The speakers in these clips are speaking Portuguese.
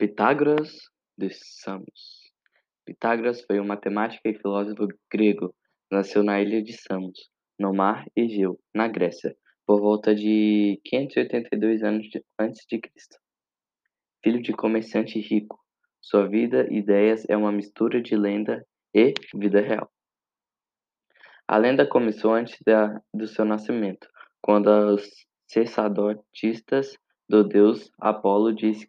Pitágoras de Samos. Pitágoras foi um matemático e filósofo grego. Nasceu na ilha de Samos, no mar Egeu, na Grécia, por volta de 582 anos antes de Cristo. Filho de comerciante rico, sua vida e ideias é uma mistura de lenda e vida real. A lenda começou antes do seu nascimento, quando os sacerdotistas do deus Apolo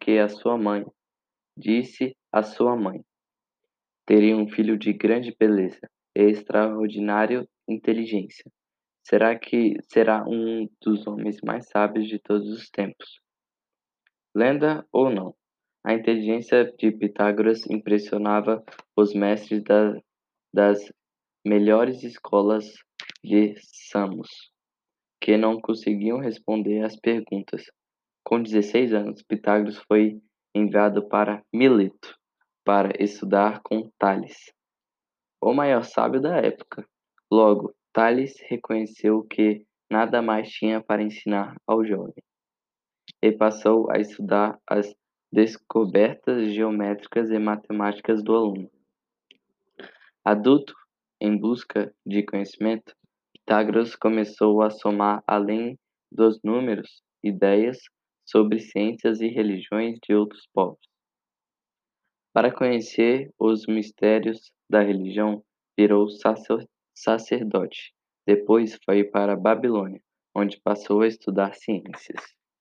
disse à sua mãe, teria um filho de grande beleza e extraordinária inteligência. Será que será um dos homens mais sábios de todos os tempos? Lenda ou não, a inteligência de Pitágoras impressionava os mestres das melhores escolas de Samos, que não conseguiam responder às perguntas. Com 16 anos, Pitágoras foi enviado para Mileto para estudar com Tales, o maior sábio da época. Logo, Tales reconheceu que nada mais tinha para ensinar ao jovem e passou a estudar as descobertas geométricas e matemáticas do aluno. Adulto, em busca de conhecimento, Pitágoras começou a somar, além dos números, ideias sobre ciências e religiões de outros povos. Para conhecer os mistérios da religião, virou sacerdote. Depois foi para a Babilônia, onde passou a estudar ciências.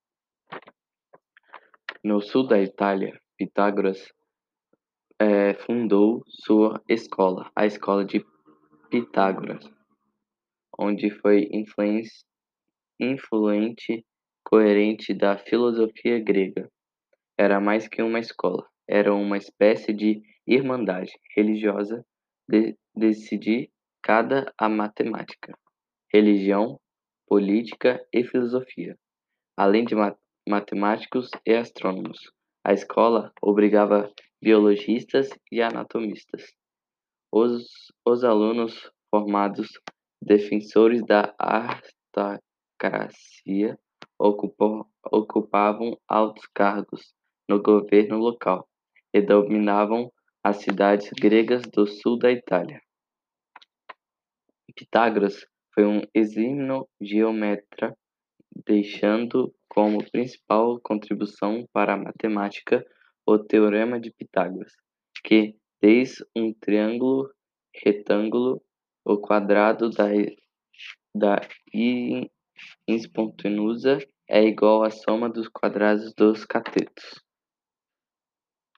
No sul da Itália, Pitágoras fundou sua escola, a Escola de Pitágoras, onde foi influente, coerente da filosofia grega. Era mais que uma escola, era uma espécie de irmandade religiosa dedicada à matemática, religião, política e filosofia, além de matemáticos e astrônomos. A escola obrigava biologistas e anatomistas. Os alunos formados, defensores da aristocracia, ocupavam altos cargos no governo local e dominavam as cidades gregas do sul da Itália. Pitágoras foi um exímio geometra, deixando como principal contribuição para a matemática o Teorema de Pitágoras, que diz um triângulo retângulo, o quadrado da hipotenusa é igual à soma dos quadrados dos catetos.